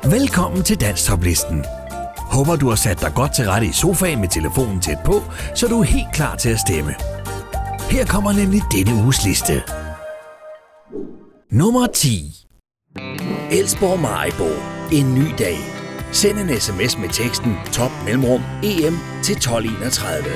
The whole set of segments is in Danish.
Velkommen til Danstoplisten. Håber du har sat dig godt til rette i sofaen med telefonen tæt på, så du er helt klar til at stemme. Her kommer nemlig denne uges liste. Nummer 10. Elsborg-Maribo. En ny dag. Send en sms med teksten top mellemrum EM til 1231.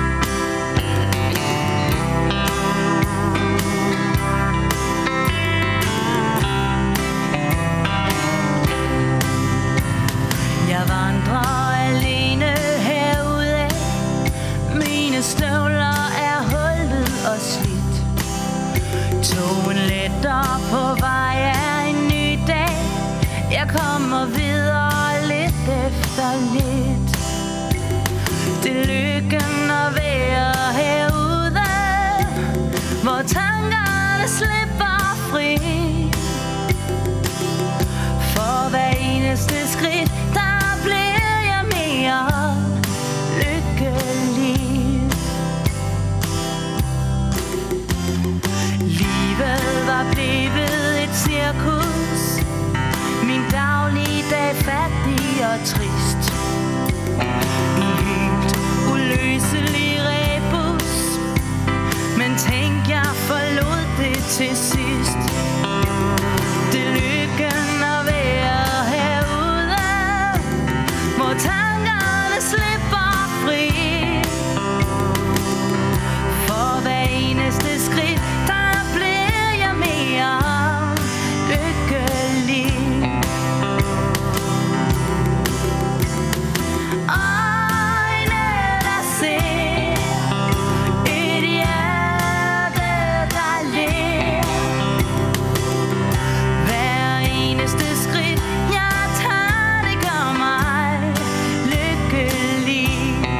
Jeg vandrer alene herude. Mine støvler er hullet og slidt. Togen letter på vej er en ny dag. Jeg kommer videre lidt efter lidt. Det er lykken at være herude, hvor tankerne slipper fri. For hver eneste skridt, der bliver jeg mere lykkelig. Livet var blevet et cirkus, min dagligdag fattig og trist. En helt uløselig rebus, men tænk jeg forlod det til sidst. Det er lykken at være herude, hvor tankerne slipper fri. For hver eneste skridt, der bliver jeg mere lykkelig. Øjne, der ser, et hjerte, der ler. Hver eneste skridt, jeg tager, det gør mig lykkelig.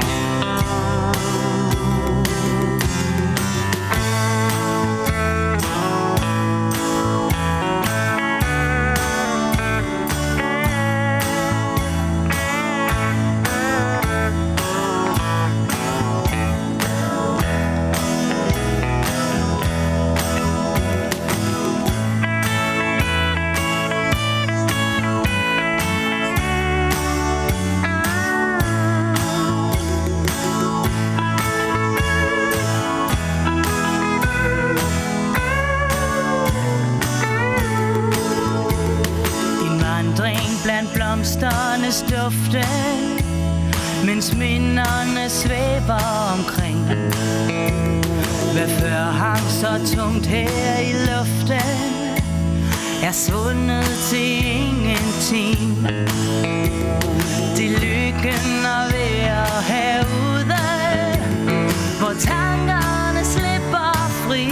En vandring blandt blomsternes dufte, mens minderne svæver omkring. Hvad før hang så tungt her i luften, er svundet til ingenting. Det er lykken at være herude, hvor tankerne slipper fri.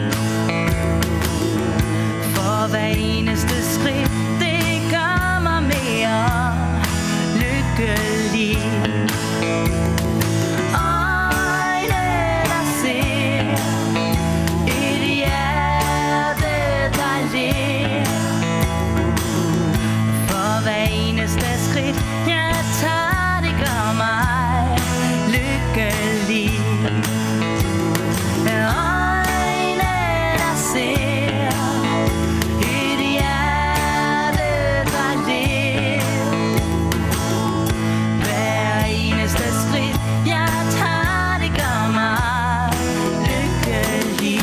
For hver eneste skridt, det gør mig mere lykkelig. Øjne, der ser, et hjerte, der ler. For hver eneste skridt, jeg tager, det gør mig lykkelig. Øjne, der ser, et hjerte, der ler. Hver eneste skridt, jeg tager, det gør mig lykkelig.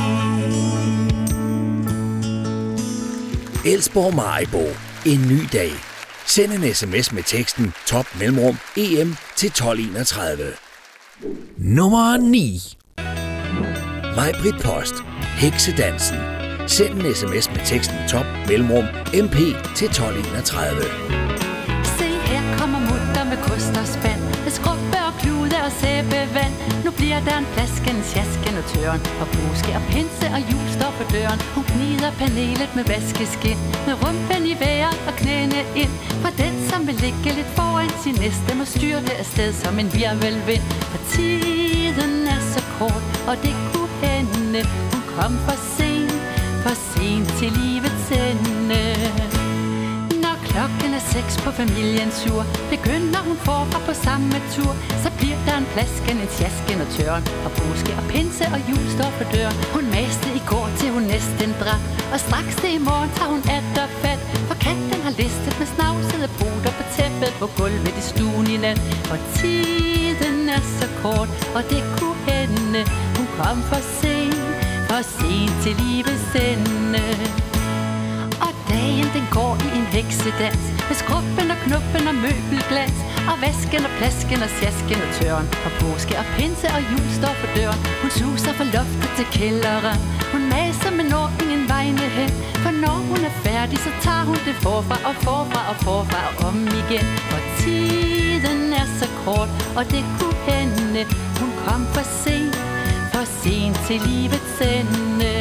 Elsborg-Maribo. En ny dag. Send en sms med teksten top mellemrum EM til 1231. Nummer 9. Maj-Britt Post. Heksedansen. Send en sms med teksten top mellemrum MP til 1231. Se her kommer mutter med kost og spand, med skrubbe og klude og sæbevand. Nu bliver der en flasken, sjasken og tøren, og påske og pinse og jul står for døren. Hun gnider panelet med vaskeskin, med rumpen i vejret og knæene ind. For den som vil ligge lidt foran sin næste, må styrte afsted som en virvelvind. For tiden er så kort, og det kunne hende, hun kom for sent til livets ende. Når klokken er 6 på familiens tur, begynder hun forfra på samme tur. Så bliver der en flasken, en sjasken og tøren, og påske og pinse og jul står for døren. Hun maste i går til hun næsten dræt, og straks det i morgen tager hun atter fat. For katten har listet med snavsede poter på tæppet på gulvet i stuen i nat. Og tiden er så kort, og det kunne hende, hun kom for sent til livets ende. Og dagen den går i en heksedans, med skrubben og knuppen og møbelglas, og vasken og plasken og sjasken og tørren, og påske og pinse og jul står for døren. Hun suser fra loftet til kælderen, hun maser, men når ingen vegne hen. For når hun er færdig, så tager hun det forfra og forfra og forfra og om igen. For tiden er så kort, og det kunne hende, hun kom for sent til livets ende.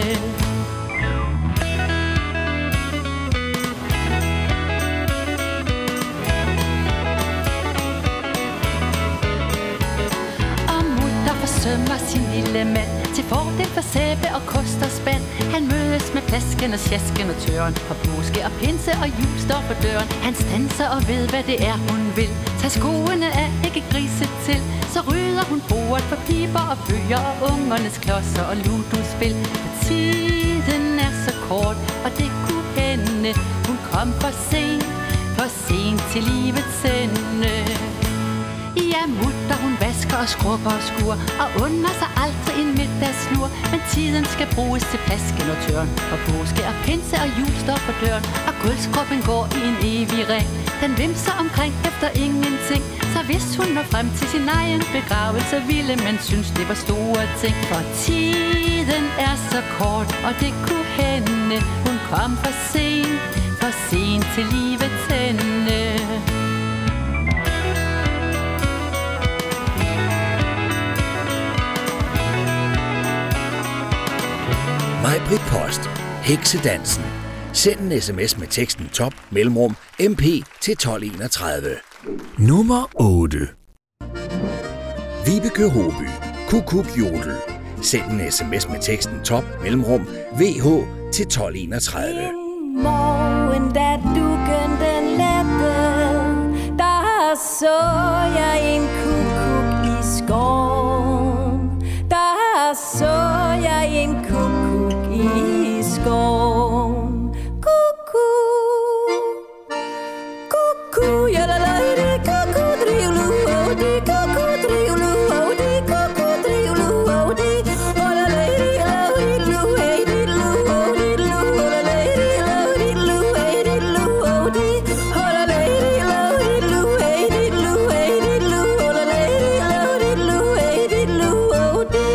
Sømmer sin lille mand til fordel for sæbe og kost og spand. Han mødes med plasken og sjasken og tøren, og påske og pinse og jul står for døren. Han standser og ved, hvad det er, hun vil. Tag skoene af, ikke grise til. Så rydder hun bordet for piber og bøger og ungernes klodser og ludospil. For tiden er så kort, og det kunne hende, hun kom for sent til livets ende. Ja, mutter, hun vasker og skrubber og skuer, og under sig aldrig en middagslur. Men tiden skal bruges til plasken og tøren, og påske og pinse og jul står for døren. Og gulvskrubben går i en evig ring, den vimser omkring efter ingenting. Så hvis hun når frem til sin egen begravelse, ville man synes, det var store ting. For tiden er så kort, og det kunne hende, hun kom for sent til livets ende. Maj-Britt Post, Heksedansen. Send en sms med teksten top mellemrum mp til 1231. Nummer 8. Vibeke Håby, Kukuk Jodel. Send en sms med teksten top mellemrum vh til 1231. En morgen, da dukken den lette, der så jeg en kukuk i skoven. Der så jeg en kukuk i skoven. Kukuk, kukuk, ja la la, de kukuk drivlu, oh de kukuk drivlu, oh de kukuk drivlu, oh de, oh la la, de la, de lu, hey de lu, oh de lu, oh la la, de la, de lu, hey de lu, oh de, oh la la, de la, de lu, hey de lu, hey de lu, oh la la, de la, de lu, hey de lu, oh de.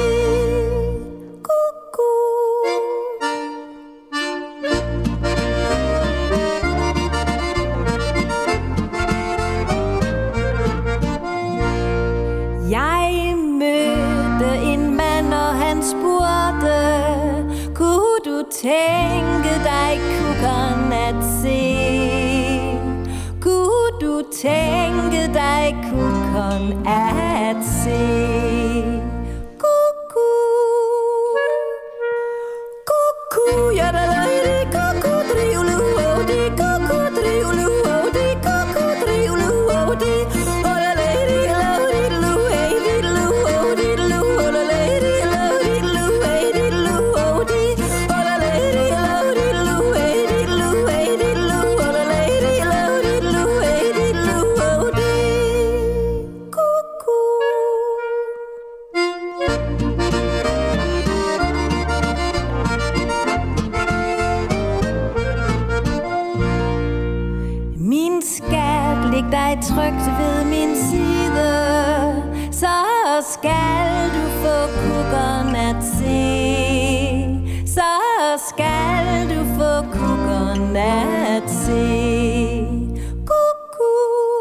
Jeg mødte en mand, og han spurgte, kunne du tænke dig kukkeren at se? Kunne du tænke dig kukkeren at se? Kuku, kuku, ja da da, de kuku drivlu, oh de kuku drivlu, oh de kuku drivlu, oh de, oh la la, de la, de lu, hey de lu, oh de lu, oh la la, de la, de lu, hey de lu, oh de, oh la la, de la, de lu, hey de lu, hey de lu, oh la la, de la, de lu, hey de lu, oh de, kuku. Min skat, læg dig trygt ved min side, så skal du få kukkeren at se. Så skal du få kukkeren at se. Kuku,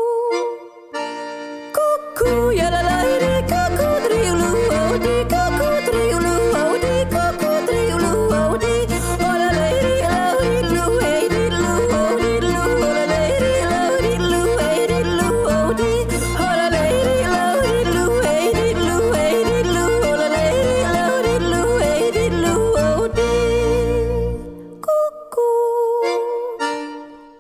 kuku, ja la la, de kuku drivlu, oh de kuku drivlu, oh de kuku drivlu, oh de, oh la la, de la, de lu, hey de lu, oh de lu, oh la la, de la, de lu, hey de lu, oh de, oh la la, de la, de lu, hey de lu, hey de lu, oh la la, de la, de lu, hey de lu, oh de, kuku.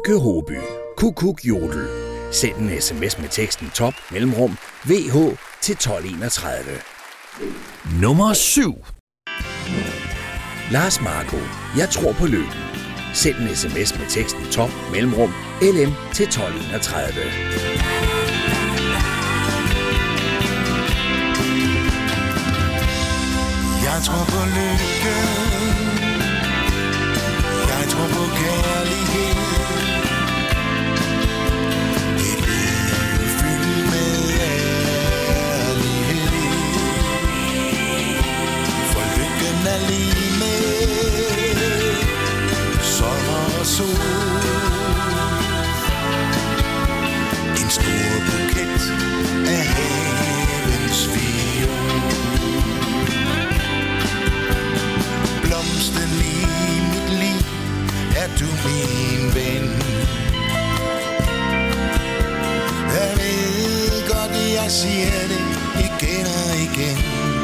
Lykke Håby. Kukuk Jodel. Send en sms med teksten top mellemrum VH til 1231. Nummer 7. Lars Marco. Jeg tror på lykken. Send en sms med teksten top mellemrum LM til 1231. Jeg tror på lykke. Jeg tror på kærlighed. Et liv fyldt med ærlighed. For lykken er lige med sommer og sol. En stor buket af havens viol. Blomsten i mit liv, er du min ven. Jeg ved godt, jeg siger det igen og igen.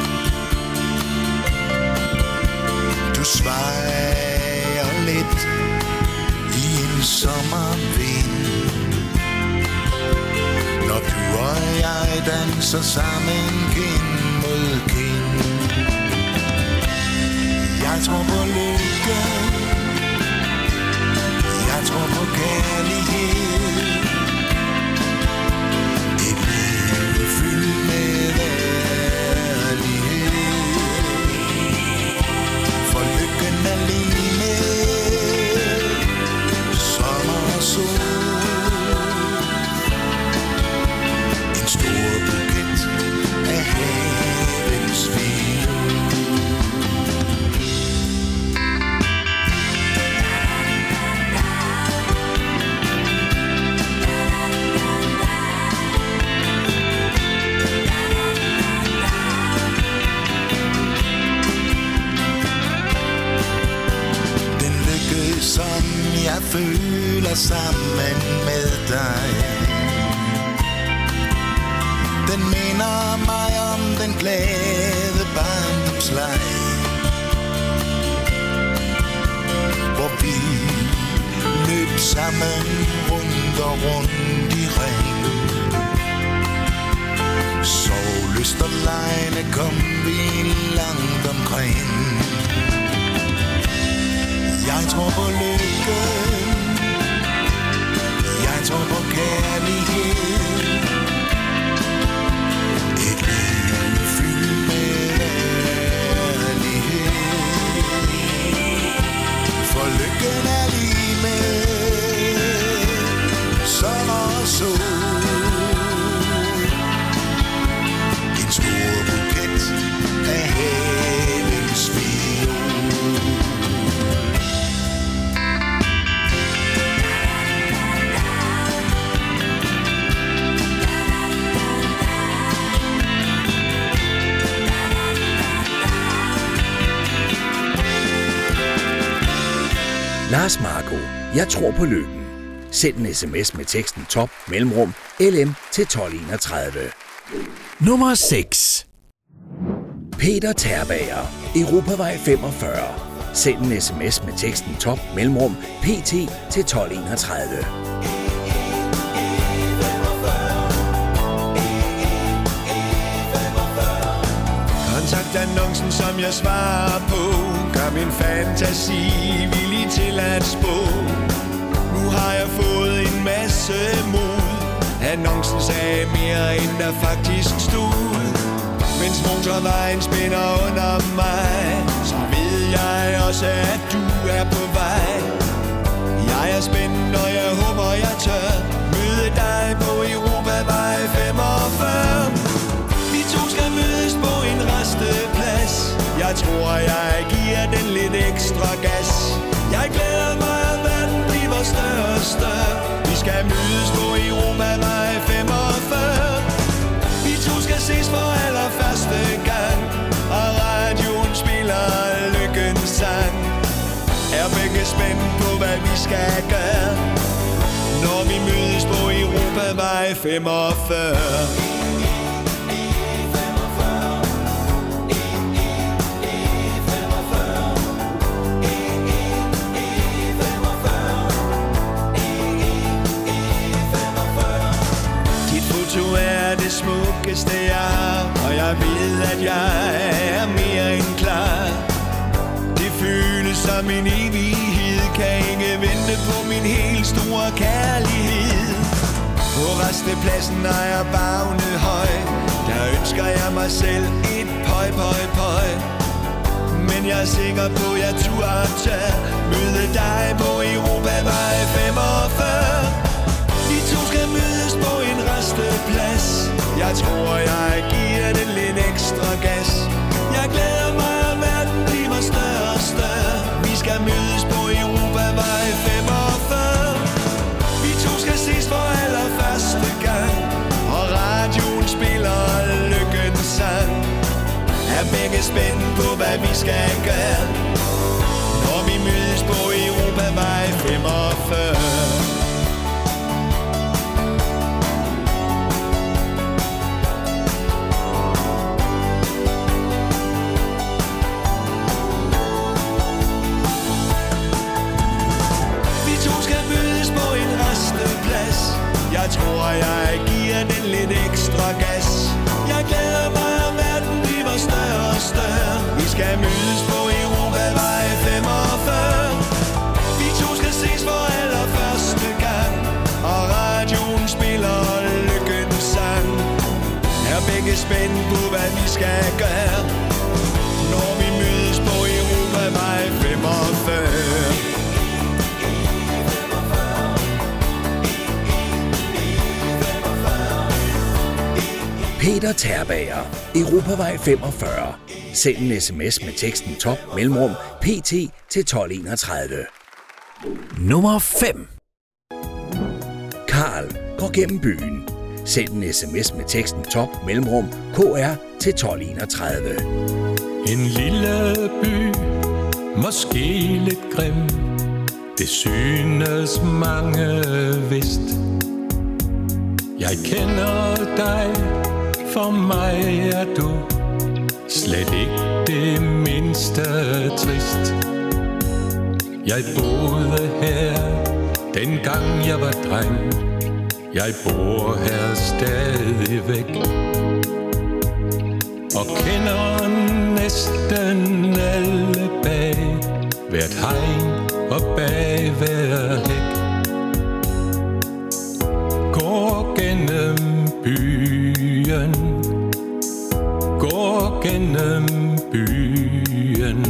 Du svejer lidt i en sommervind. Når du og jeg danser sammen kind mod kind. Jeg tror på lykke. Jeg tror på kærlighed. Et liv fyldt med ærlighed. For lykken er lige med sommer og sol. En stor buket af havens viol. Som jeg føler sammen med dig. Den minder mig om den glade barndomsleg, hvor vi løb sammen rundt og rundt i ring. Sovlyst og lejne kom vi langt omkring. Jeg tror på lykken. Jeg tror på kærlighed. Et liv fyldt med ærlighed. For lykken er lige med sommer og sol. En stor buket af havens viol. Lars Marco. Jeg tror på lykken. Send en sms med teksten top mellemrum LM til 1231. Nummer 6. Peter Terbager. Europavej 45. Send en sms med teksten top mellemrum PT til 1231. Kontaktannoncen, som jeg svarer på, gør min fantasi villig til at spå. Nu har jeg fået en masse mod. Annoncen sagde mere, end der faktisk stod. Mens motorvejen spænder under mig, så ved jeg også, at du er på vej. Jeg er spændt, og jeg håber, jeg tør møde dig på Europavej 45. Vi to skal mødes på en resteplads. Jeg tror, jeg giver den lidt ekstra gas. Jeg glæder mig, at verden bliver større og større. Vi skal mødes på Europavej 45. Vi to skal ses for allerførste gang, og radioen spiller lykkens sang. Er begge spændt på, hvad vi skal gøre, når vi mødes på Europavej 45. foto er det smukkeste jeg har, og jeg ved at jeg er mere end klar. Det føles som en evighed, kan ikke vente på min helt store kærlighed. På rastepladsen er jeg bagnet høj, der ønsker jeg mig selv et pøj, pøj, pøj. Men jeg er sikker på, at jeg tør møde dig på Europavej 45. Vi to skal mødes på en rasteplads. Jeg tror, jeg giver den lidt ekstra gas. Jeg glæder mig, at verden bliver større og større. Vi skal mødes på Europavej 45. Vi to skal ses for allerførste gang, og radioen spiller lykkens sang. Er begge spændt på, hvad vi skal gøre, når vi mødes på Europavej 45. Jeg tror, jeg giver den lidt ekstra gas. Jeg glæder mig, at verden bliver større og større. Vi skal mødes på Europavej 45. Vi to skal ses for allerførste gang, og radioen spiller lykkens sang. Er begge spændt på, hvad vi skal gøre, når vi mødes på Europavej 45. Peter Terbager, Europavej 45. Send en sms med teksten top mellemrum pt til 1231. Nummer 5. Karl går gennem byen. Send en sms med teksten top mellemrum kr til 1231. En lille by, måske lidt grim, det synes mange vist. Jeg kender dig, for mig er du slet ikke det mindste trist. Jeg boede her, dengang jeg var dreng. Jeg bor her stadigvæk, og kender næsten alle bag hvert hegn og bag hver hæk. Går gennem byen, går gennem byen.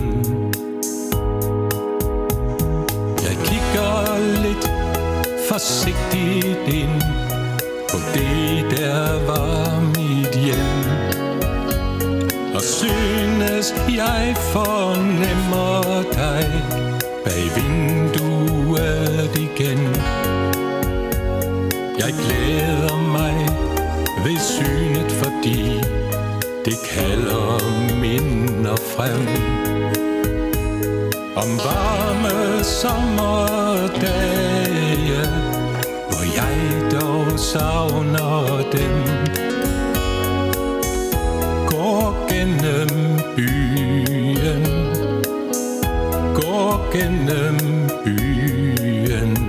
Jeg kigger lidt forsigtigt ind på det, der var mit hjem, og synes jeg fornemmer dig bag vinduet igen. Jeg glæder mig ved synet, fordi det kalder minder frem om varme sommerdage, hvor jeg dog savner dem. Går gennem byen, går gennem byen.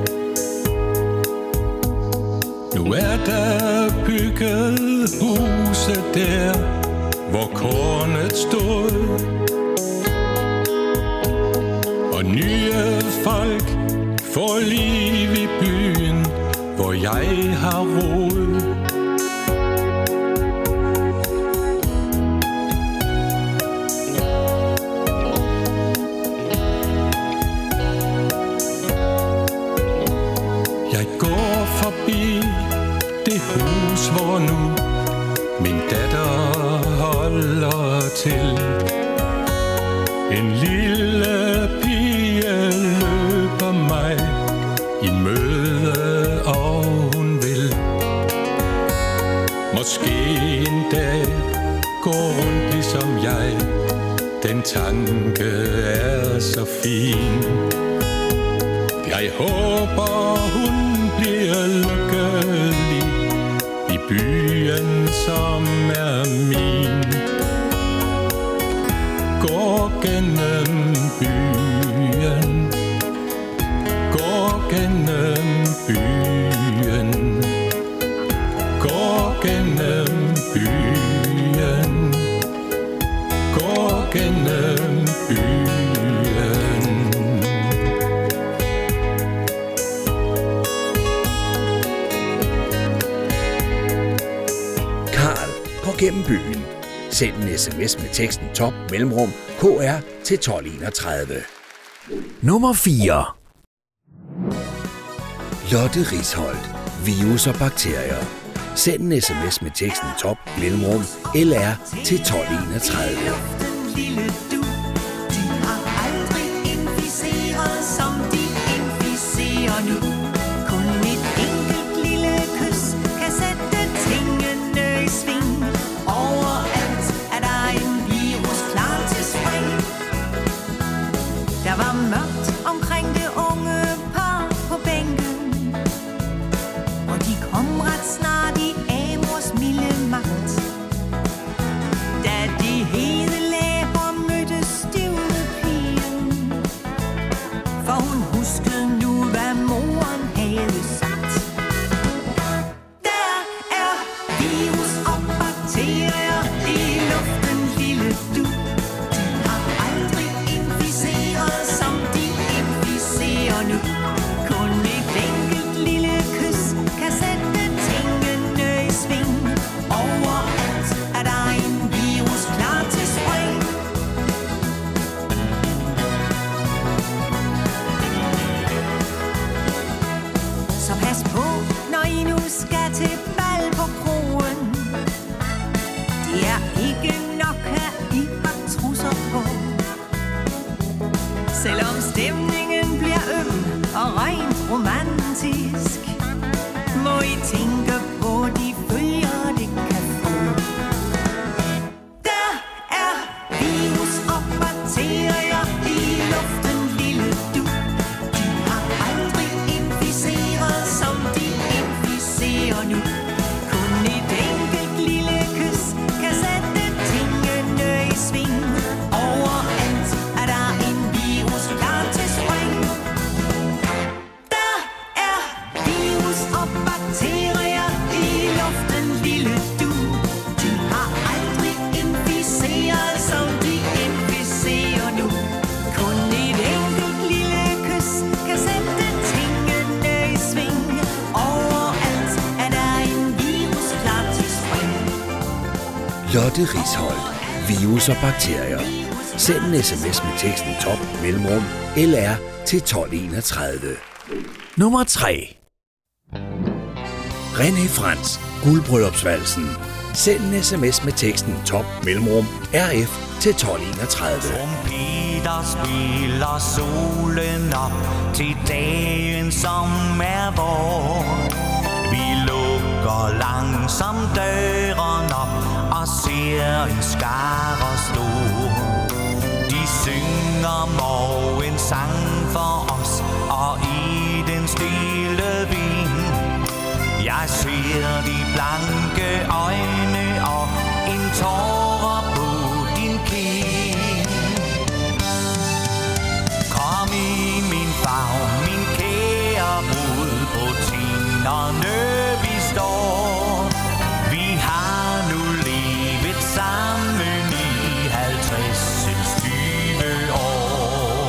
Nu er der bygget huse der, hvor kornet stod, og nye folk får liv i byen, hvor jeg har rod. Jeg går forbi det hus, hvor nu min datter holder til. En lille pige løber mig i møde, og hun vil måske en dag gå rundt ligesom jeg. Den tanke er så fin. Jeg håber hun bliver lykkelig i byen, som er min. Går gennem byen, går gennem byen, går Går gennem byen, går gennem byen. Karl går gennem byen. Send en sms med teksten top mellemrum KR til 1231. Nummer 4. Lotte Risholdt. Virus og bakterier. Send en sms med teksten top mellemrum LR til 1231. Lille du, de har aldrig inficeret, som de inficerer nu. Kun et enkelt lille kys kan sætte tingene i sving. Overalt er der en virus klar til spring. Der var mørkt omkring det unge par på bænken, og de kom ret snart i Amors milde magt. Da de hede læber mødte stivne pigen, for hun huskede nu, hvad moren havde sagt. Der er virus og bakterier i luften, lille du. De har aldrig inficeret, som de inficerer nu. Kun et enkelt lille kys kan sætte tingene i sving. Overalt er der en virus klar til spring. Så pas på, når I nu skal til bal på kroen. Det er ikke nok, at I har trusser på. Selvom stemningen bliver øm og rent romantisk, må I tænke på de følger, det kan få. Der er virus og bakterier i luften, lille du. De har aldrig inficeret, som de inficerer nu. Kun et enkelt lille kys kan sætte tingene i sving. Overalt er der en virus klar til spring. Der er virus og bakterier i luften, lille du. De har aldrig inficeret, som de inficerer nu. Kun et enkelt lille kys kan sætte tingene i sving. Overalt er der en virus klar til spring. Lotte Risholdt. Virus og bakterier. Send en sms med teksten top mellemrum LR til 1231. Nummer 3. René Frans. Guldbryllupsvalsen. Send en sms med teksten top mellemrum RF til 1231. Trompeter spiller solen op til dagen, som er vor. Vi lukker langsomt døren op og ser en skare stor. De synger morgensang for os, og i den stille vind jeg ser de blanke øjne og en tåre på din kind. Kom i min favn, min kære brud, på tinderne vi står. Vi har nu levet sammen i 50-20 år.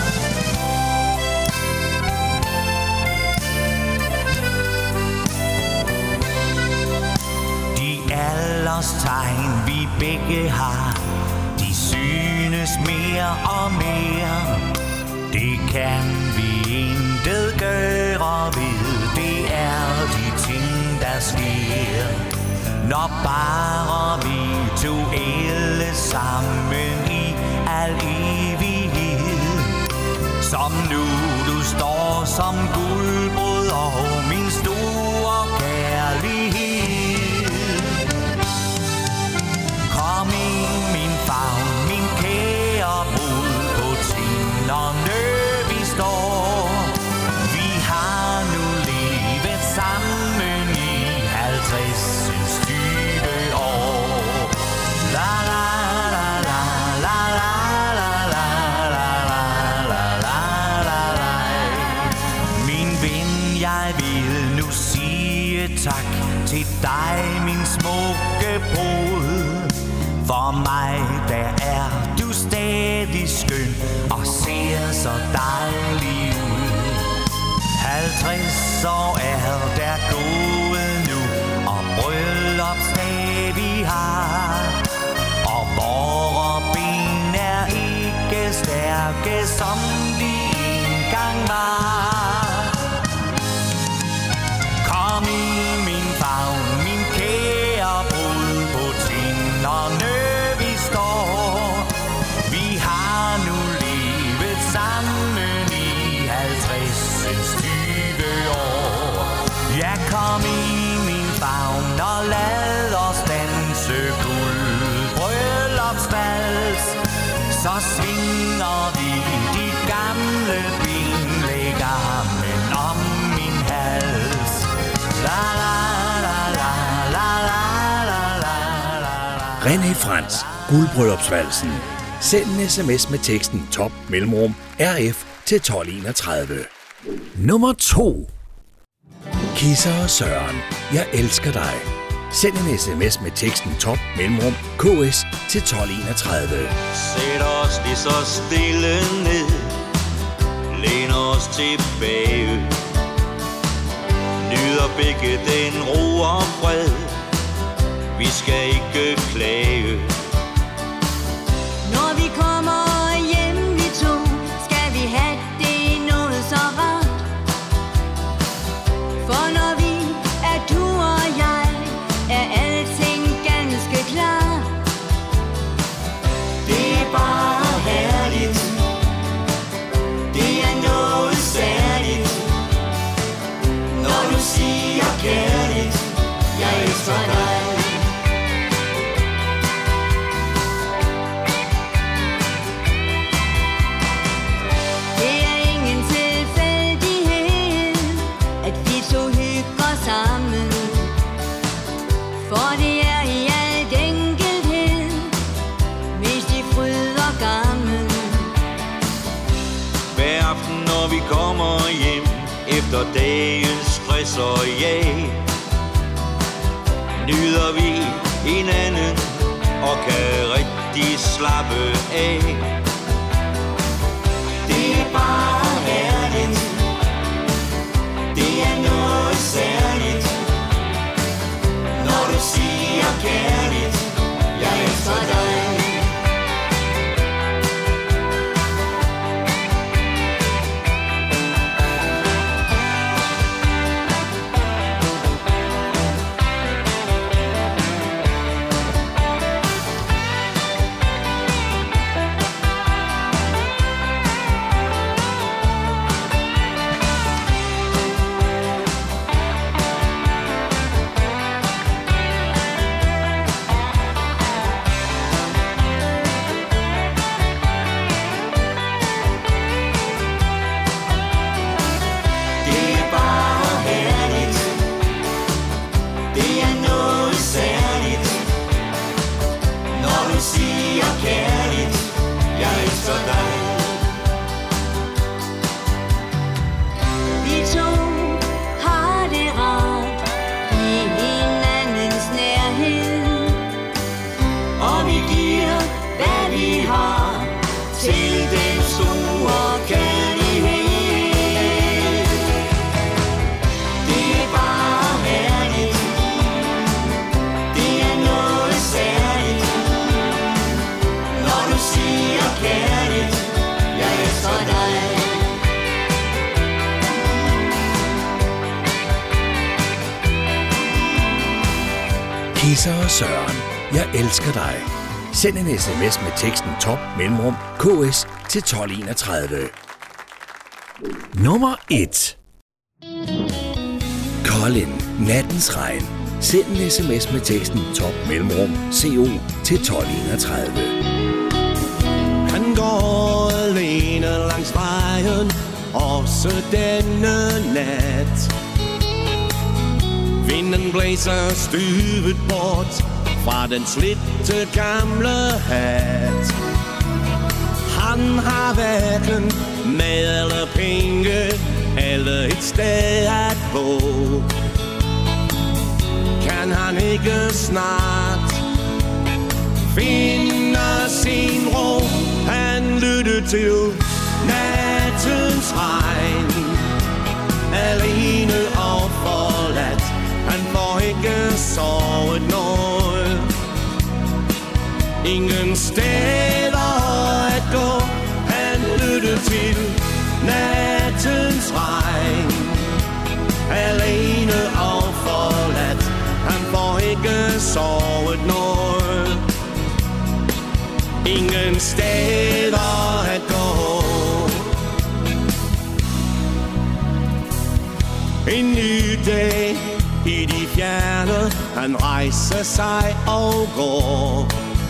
De alderstegn vi begge har, de synes mere og mere. Det kan vi intet gøre ved, det er de ting der sker. Når bare vi to alle sammen i al evighed. Som nu du står som guldbrød og min store kærlighed. Kom i min favn, min kære brud, på tinderne vi står. Vi har nu levet sammen i 50-20 år. La la la la la la la la la la la la. Min ven, jeg vil nu sige tak til dig dig, min smukke brud. For mig, der er du stadig skøn og ser så dejlig ud. 50 år er der gået nu, og bryllupsdag vi har. Og vore ben er ikke stærke, som de engang var. Kom i min favn, min kære brud, på tinderne vi står. Vi har nu levet sammen i 50's 20 år. Ja, kom i min favn og lad os danse guld bryllupsvals. Så svinger vi de gamle ben, lægger armen om min hals. La la la la la la la la. René Frans, guldbryllupsvalsen. Send en sms med teksten top mellemrum RF til 1231. Nummer 2. Kisser og Søren, jeg elsker dig. Send en sms med teksten top mellemrum KS til 1231. Sæt os lige så stille ned, læn os tilbage, nyder begge den ro og fred, vi skal ikke klage. Når vi kommer hjem vi to, skal vi have det noget så rart. For når vi er du og jeg, er alting ganske klart. Det er bare herligt, det er noget særligt, når du siger kærligt, jeg elsker dig. Det er ingen tilfældighed, at vi to hygger sammen. For det er i al enkelhed, mest i fryd og gammel. Hver aften når vi kommer hjem, efter dagens stress og jag, nyder vi hinanden og kan rigtig slappe af. Det er bare herligt, det er noget særligt, når du siger kærligt, jeg elsker dig. Kisser og Søren, jeg elsker dig. Send en sms med teksten top mellemrum KS til 1231. Nummer 1. Colin, nattens regn. Send en sms med teksten top mellemrum CO til 1231. Han går alene langs vejen, også denne nat. Vinden blæser styvet bort fra den slidte gamle hat. Han har hverken mad eller penge, eller et sted at bo. Kan han ikke snart finder sin ro. Han lytter til nattens regn, alene og forladt. Han får ikke sovet noget, ingen steder at gå. Han lytter til nattens regn, alene og forladt. Han får ikke sovet noget, ingen steder at gå. En ny dag i de fjerne, han rejser sig og går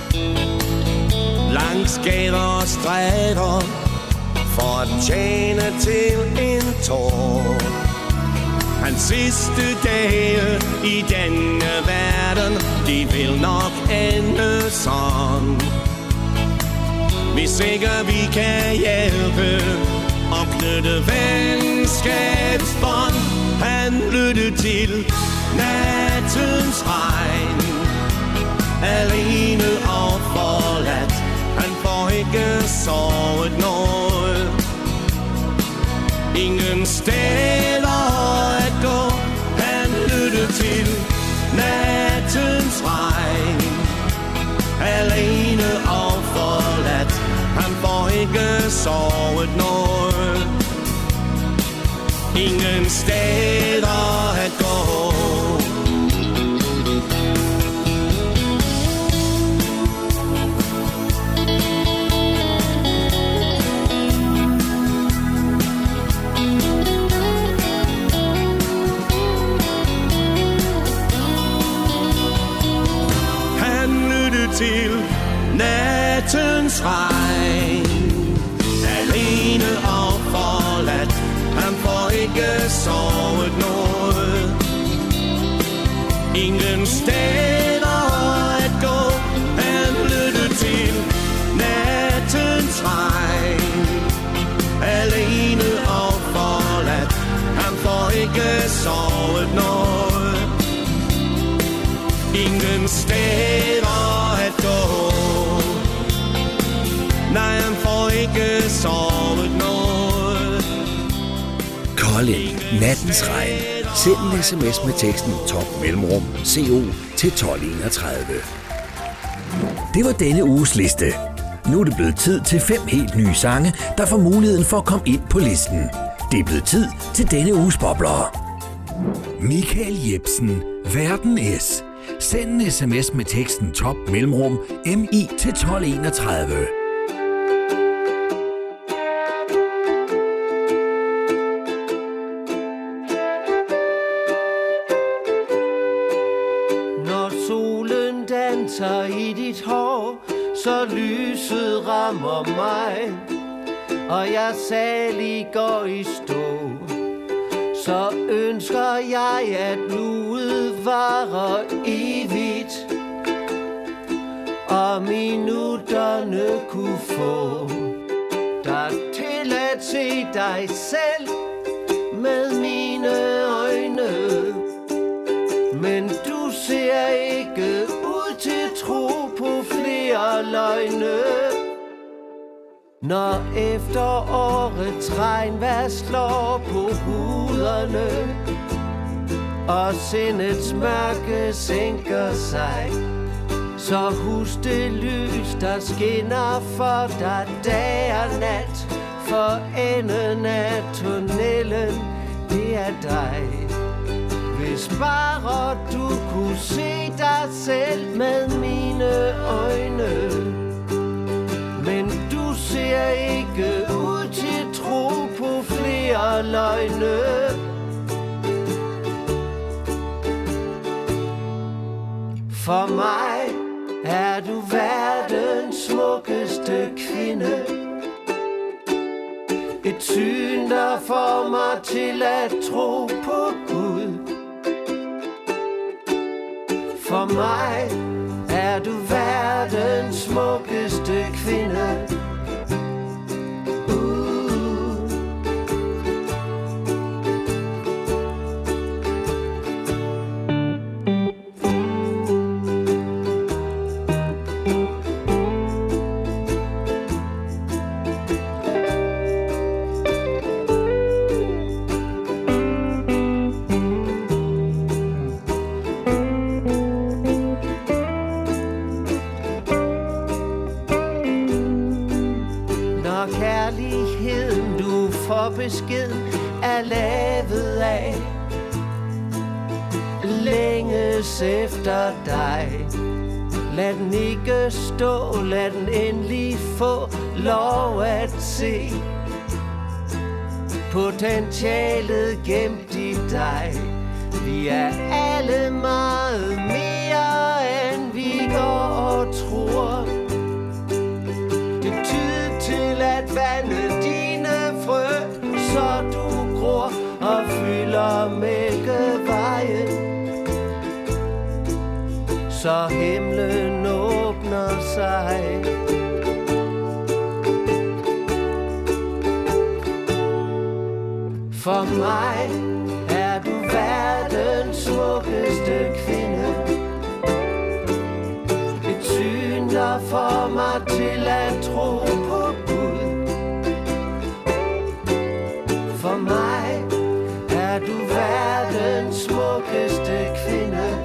langs gader og stræder for at tjene til en tår. Hans sidste dage i denne verden, de vil nok ende sådan, hvis ikke vi kan hjælpe og knytte venskabsbånd. Han lytter til nattens regn, alene og forladt. Han får ikke sovet noget, ingen steder at gå. Han lytter til nattens regn, alene og forladt. Han får ikke sovet noget, ingen steder at gå. Han lytter til nattens regn, alene og forladt. Han får ikke sovet noget, ingen steder at gå. Han lytter til nattens regn, alene og forladt. Han får ikke sovet noget, ingen steder at gå. Nej, han får ikke sovet noget. Kolding, nattens regn. Send en sms med teksten top mellemrum CO til 1231. Det var denne uges liste. Nu er det blevet tid til 5 helt nye sange, der får muligheden for at komme ind på listen. Det er blevet tid til denne uges bobler. Michael Jepsen, Verden S. Send en sms med teksten top mellemrum MI til 1231. I dit hår, så lyset rammer mig, og jeg salig går i stå, så ønsker jeg, at nuet varer evigt, og minutterne kunne få dig til at se dig selv med mine øjne. Men du ser ikke ud til tro på flere løgne. Når efterårets regnvejr slår på huderne, og sindets mørke sænker sig, så husk det lys, der skinner for dig dag og nat. For enden af tunnelen, det er dig. Hvis bare du kunne se dig selv med mine øjne. Men du ser ikke ud til tro på flere løgne. For mig er du verdens smukkeste kvinde. Et syn, der får mig til at tro på Gud. For mig er du verdens smukkeste kvinde. for beskeden er lavet af. Længes efter dig. Lad den ikke stå, lad den endelig få lov at se potentialet gemt i dig. Vi er alle meget mere, end vi går og tror. Det er tid til at vande dine frø, så du gror og fylder mælkevejen, så himlen åbner sig. For mig er du verdens smukkeste kvinde. Et syn, der får mig til at tro på Gud. For mig er du verdens smukkeste kvinde.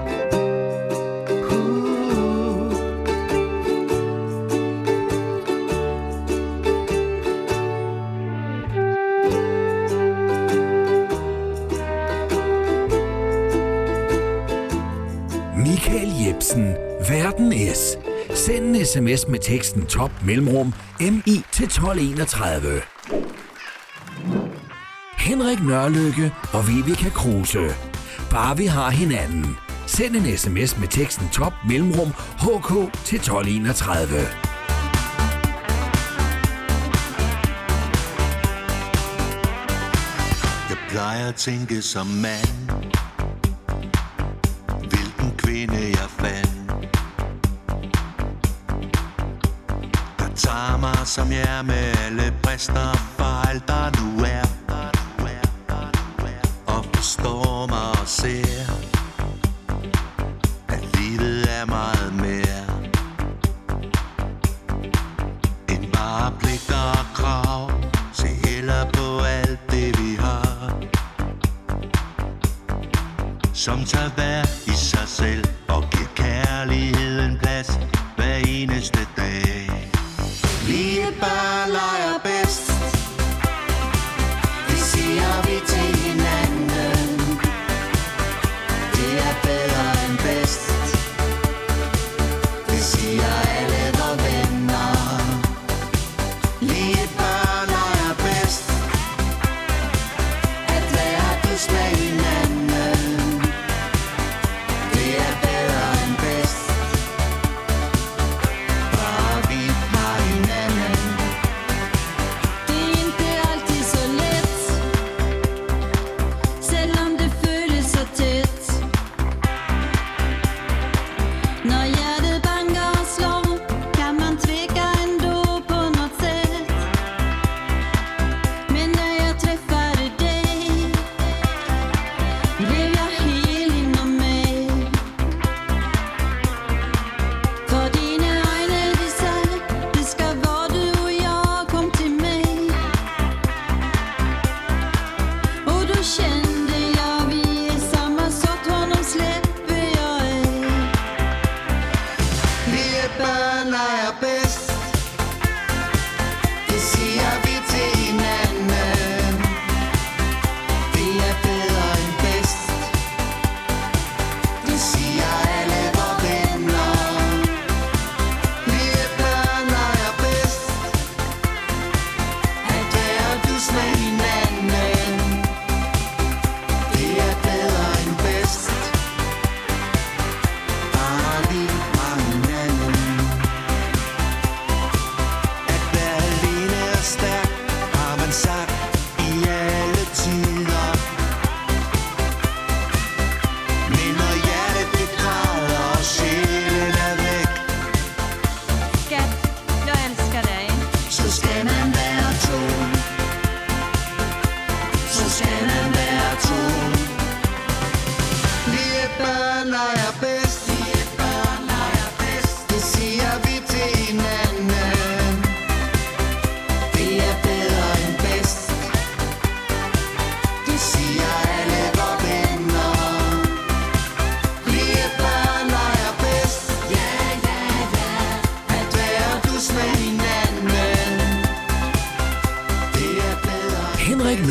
Michael Jepsen, Verden S. Send en sms med teksten top mellemrum MI til 1231. Henrik Nørlykke og Vivica Kruse. Bare vi har hinanden. Send en sms med teksten top mellemrum HK til 1231. Jeg plejer at tænke som mand, hvilken kvinde jeg fandt, der tager mig som jeg er med alle brister og fejl der nu er, og forstår mig og ser, at livet er meget mere end bare pligter og krav. Se heller på alt det vi har, som tager hver i sig selv og giver kærligheden plads hver eneste dag. Vi er bare leger bedst, det siger vi til hinanden. Det er bedre end bedst, det siger alle vore venner. Vi er bare leger bedst, at være dus med hinanden.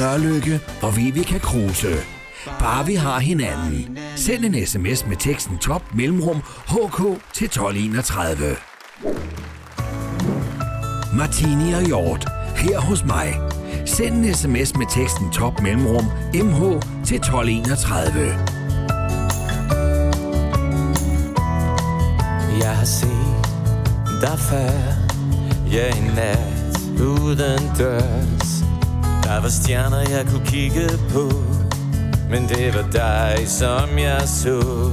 Nørlykke og Vivica Kruse. Bare vi har hinanden. Send en sms med teksten top mellemrum HK til 1231. Martini og Hjort, her hos mig. Send en sms med teksten top mellemrum MH til 1231. Jeg har set dig før, ja, en nat uden dørs. Der var stjerner jeg kunne kigge på, men det var dig som jeg så.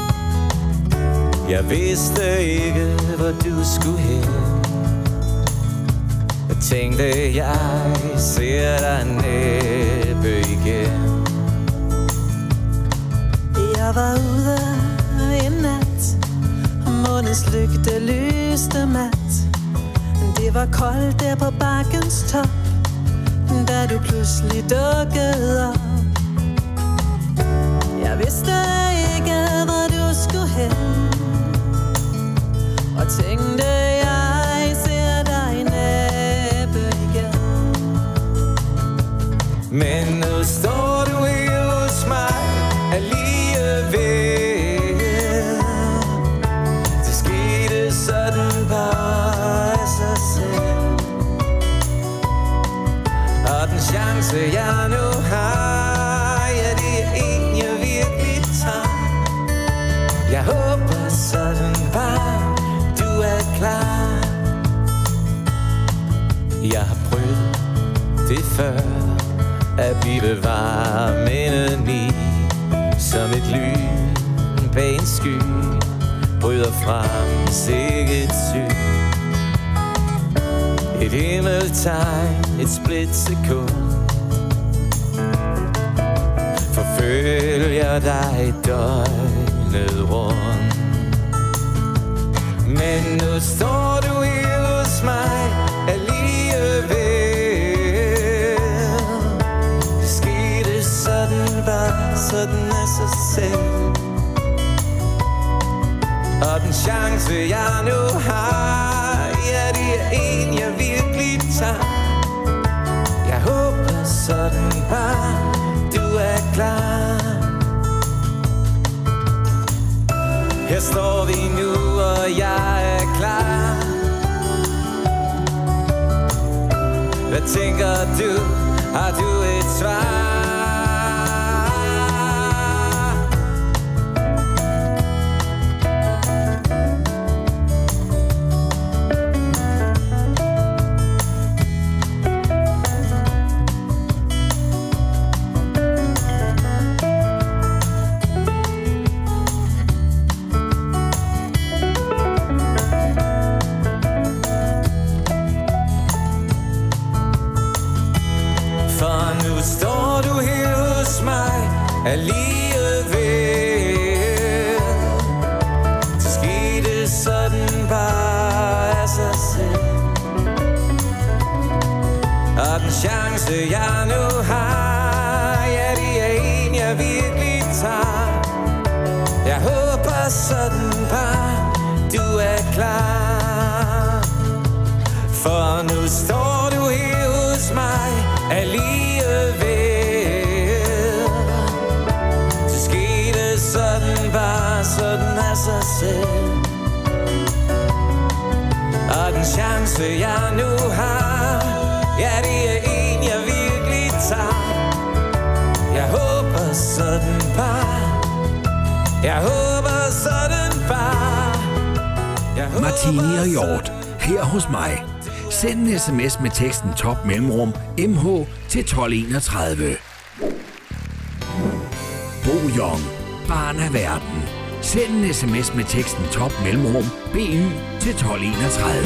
Jeg vidste ikke hvor du skulle hen. Jeg tænkte jeg ser dig næppe igen. Jeg var ude en nat, månens lygte lyste mat. Det var koldt der på bakkens top, da du pludselig dukkede op. Jeg vidste ikke hvor du skulle hen, og tænkte jeg ser dig næppe igen. Men nu står du her hos mig alligevel. Det skete sådan bare af sig selv. Og den chance jeg nu har, ja, det er en jeg virkelig tager. Jeg håber sådan bare du er klar. Jeg har prøvet det før, at vi bevarer mindet i, som et lyn bag en sky bryder frem sikkert syn. Et himmeltegn, et splitsekund, forfølger dig døgnet rundt. Men nu står du her hos mig alligevel. Det skete sådan bare, sådan af sig selv. Og den chance jeg nu har, ja, det er en jeg virkelig tager. Jeg håber sådan bare du er klar. Her står vi nu og jeg er klar. Hvad tænker du? Har du et svar? Alligevel, det skete sådan bare af sig selv. Og den chance jeg nu har, ja, det er en jeg virkelig tager. Jeg håber sådan bare du er klar. For nu står du her hos mig alligevel. Sådan bare, sådan af sig selv. Og den chance jeg nu har, ja, det er en jeg virkelig tager. Jeg håber sådan bare, jeg håber sådan bare. Martini og Hjort, her hos mig. Send en sms med teksten top mellemrum MH til 1231. Bo Young, barn af verden. Send en sms med teksten top mellemrum BY til 1231.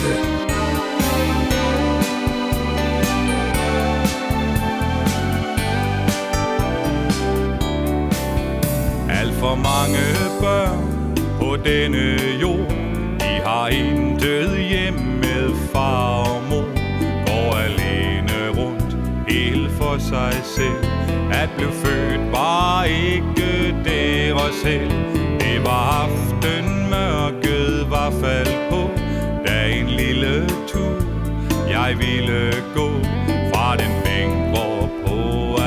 Alt for mange børn på denne jord, de har intet hjem med far og mor, går alene rundt helt for sig selv. At blive født var ikke deres held. Det var aften, mørket var faldt på, da en lille tur jeg ville gå fra den bænk, hvorpå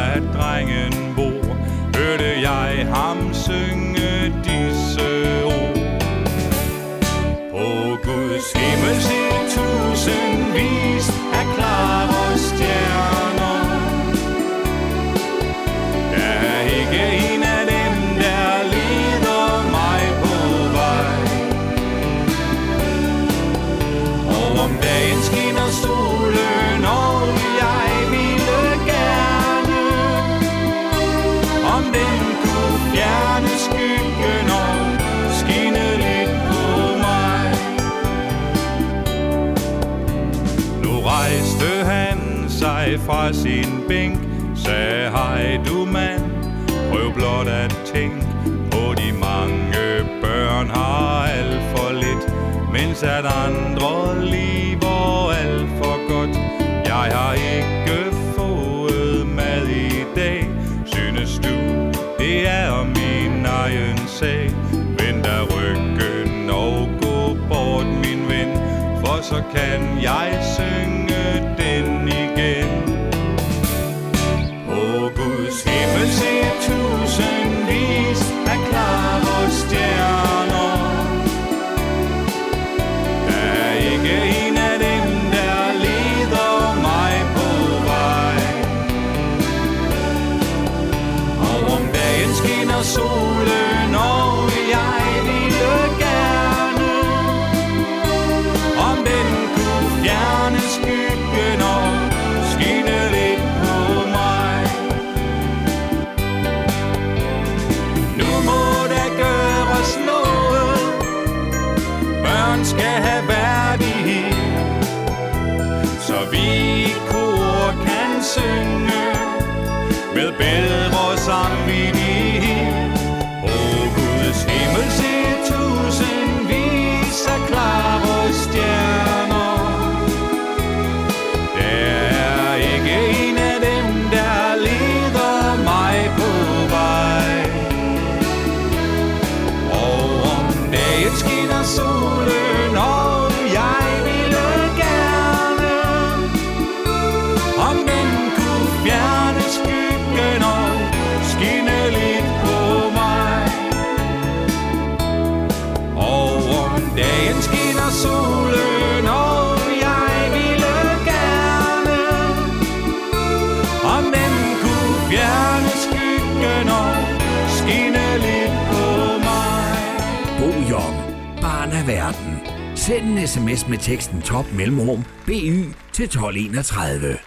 sig fra sin bænk, sagde hej du mand, prøv blot at tænke på de mange børn har alt for lidt, mens at andre lever alt for godt. Jeg har ikke fået mad i dag, synes du det er min egen sag? Vend da ryggen og gå bort min ven, for så kan jeg synge den igen. På Guds himmel se tusindvis af klare stjerner. Der er ikke en af dem, der leder mig på vej. Og om dagen skinner solen, og jeg ville gerne, om den kunne fjerne skyggen og skinne lidt på mig. Nu må der gøres noget, børn skal have værdighed, så vi i kor kan synge med bedre samvittighed. På Guds himmel se tusindvis af klare stjerner. Der er ikke en af dem, der leder mig på vej. Og om dagen skinner solen, og jeg ville gerne, om den kunne fjerne skyggen og skinne lidt på mig. Og om dagen skinner solen, og jeg ville gerne, om den kunne fjerne skyggen og skinne lidt på mig. Bo Jong, barn af verden. Send en sms med teksten top mellemrum BY til 1231.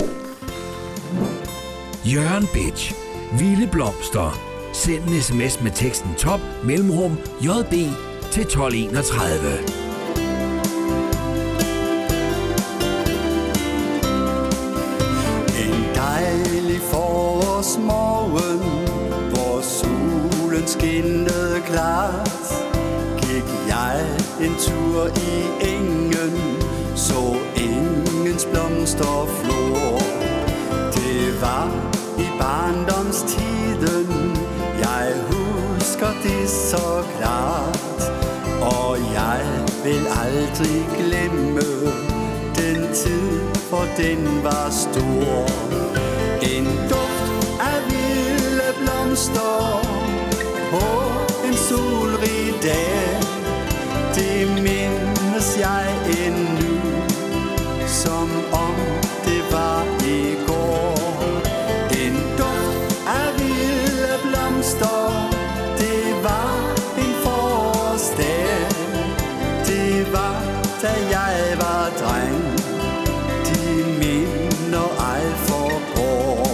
Jørgen Bitch, Vilde Blomster. Send en sms med teksten top mellemrum JB til 1231. En dejlig forårsmorgen, hvor solen skinnede klart, gik jeg en tur i engen, så engens blomsterflor. Det var i barndomstiden, jeg husker det så klart, og jeg vil aldrig glemme den tid, for den var stor. En duft af vilde blomster på en solrig dag, det mindes jeg endnu, som om det var i går. En duft af vilde blomster, det var en forårsdag. Det var, da jeg var dreng, de minder ej forgår.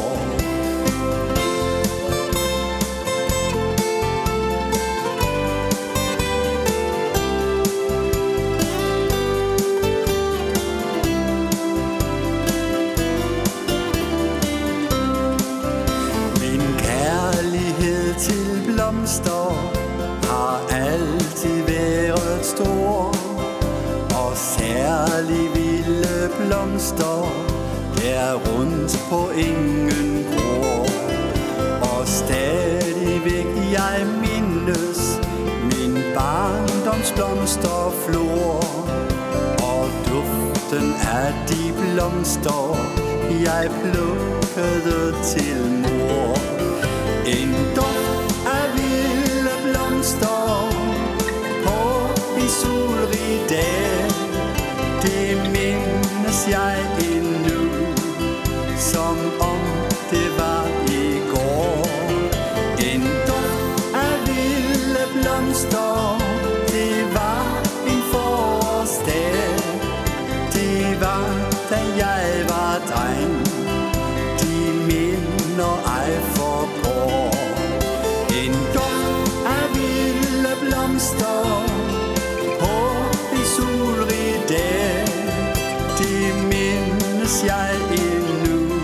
Blomster har altid været stor, og særlig vilde blomster der rundt på engen gror. Og stadigvæk jeg mindes min barndoms blomsterflor, og duften af de blomster jeg plukkede til mor. En duft af vilde blomster på en solrig dag, det mindes jeg endnu, som om det var i går. En duft af vilde blomster, det var en forårsdag. Det var, da jeg var dreng, de minder ej forgår. En duft af vilde blomster på en solrig dag, det mindes jeg endnu,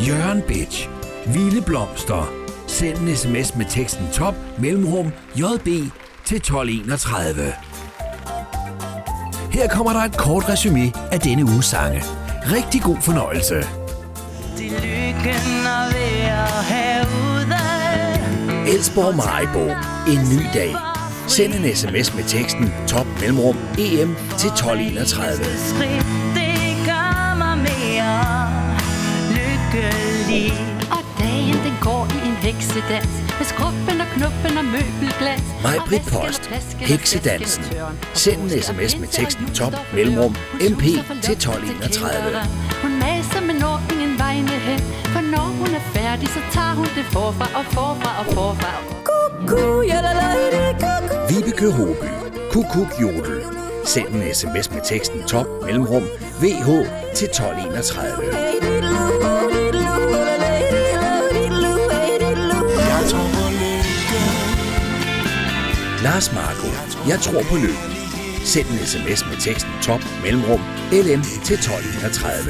Jørgen Bitch. Vilde blomster. Send en sms med teksten top mellemrum JB til 1231. Her kommer der et kort resumé af denne uges sange. Rigtig god fornøjelse. Det lykken at være herude. Elsborg Maribo. En ny dag. Send en sms med teksten top mellemrum EM til 1231. Det gør mig mere lykkelig. Og dagen den går i en heksedans med skrubben og knuppen og møbelglas. Maj-Brit Post. Heksedansen. Send en sms med teksten top mellemrum MP til 1231. Hun maser, men når ingen vegne hen. For når hun er færdig, så tager hun det forfra og forfra og forfra. Vibeke Håby. Kukuk Jodel. Send en sms med teksten top mellemrum VH til 1231. Jeg tror på lykke. Lars Marco. Jeg tror på lykken. Send en sms med teksten top mellemrum LM til 1231.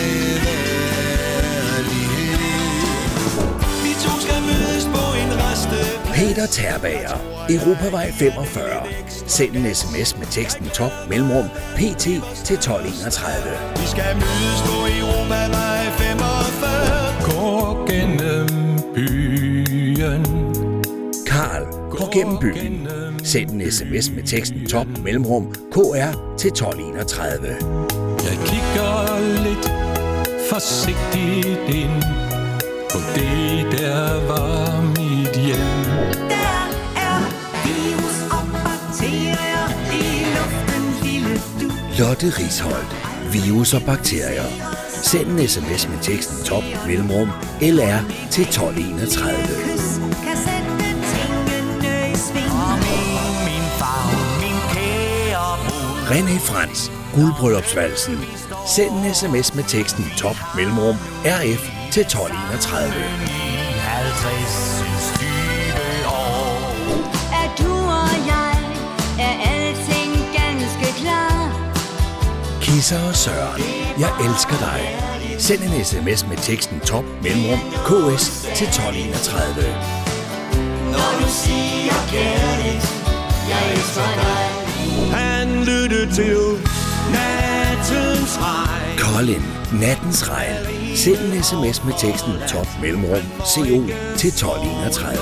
Vi to skal mødes på en reste. Peter Terbager. Europavej 45. Send en sms med teksten top mellemrum PT til 1231. Vi skal mødes på Europavej 45. Går gennem byen. Karl går gennem byen. Send en sms med teksten top mellemrum KR til 1231. Jeg kigger lidt forsigtigt ind på det, der var mit hjem. Der er virus og bakterier i luften, lille du. Lotte Risholdt. Virus og bakterier. Send en sms med teksten top mellemrum LR til 1231. Kan sætte tingene i sving. Min far, min kære brud. René Frans. Guldbryllupsvalsen. Send en sms med teksten top mellemrum RF til 1231. 50 år. Er du og jeg, er alting ganske klar. Kisser og Søren. Jeg elsker dig. Send en sms med teksten top mellemrum KS til 1231. Når du siger kærligt, jeg elsker dig. Han lyttede til nattens regn. Colin. Nattens regn. Send en sms med teksten top mellemrum CO til 1231.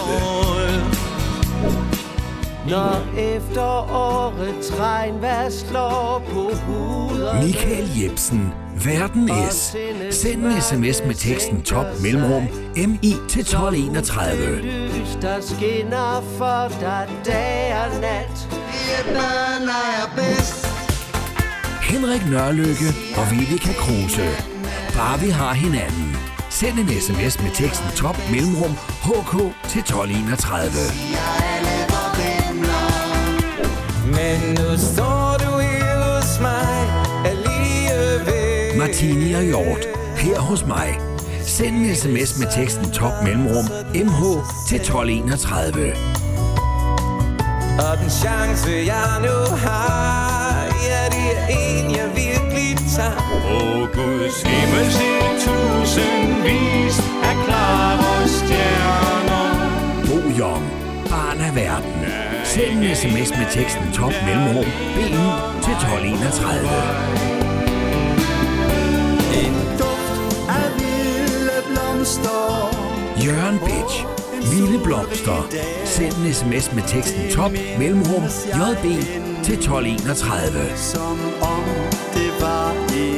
Når efterårets regnvejr slår på huden. Michael Jebsen. Verden S. Send en sms med teksten top mellemrum MI til 1231. Lys, der skinner for dig dag og nat. Hjemme er bedst. Henrik Nørlykke og Vivica Kruse. Bare vi har hinanden. Send en sms med teksten top mellemrum HK til 1231. Men nu står du her hos mig alligevel. Martini og Hjort. Her hos mig. Send en sms med teksten top mellemrum MH til 1231. Og den chance jeg nu har, ja det er en jeg virkelig tager. Guds himmel til tusindvis af klare stjerner. Bo Jong. Barn af verden. Send en sms med teksten top mellemrum BU til 1231. En duft af vilde blomster. Jørgen Bitch. Vilde blomster. Send en sms med teksten top mellemrum JB til 1231. Som om det var en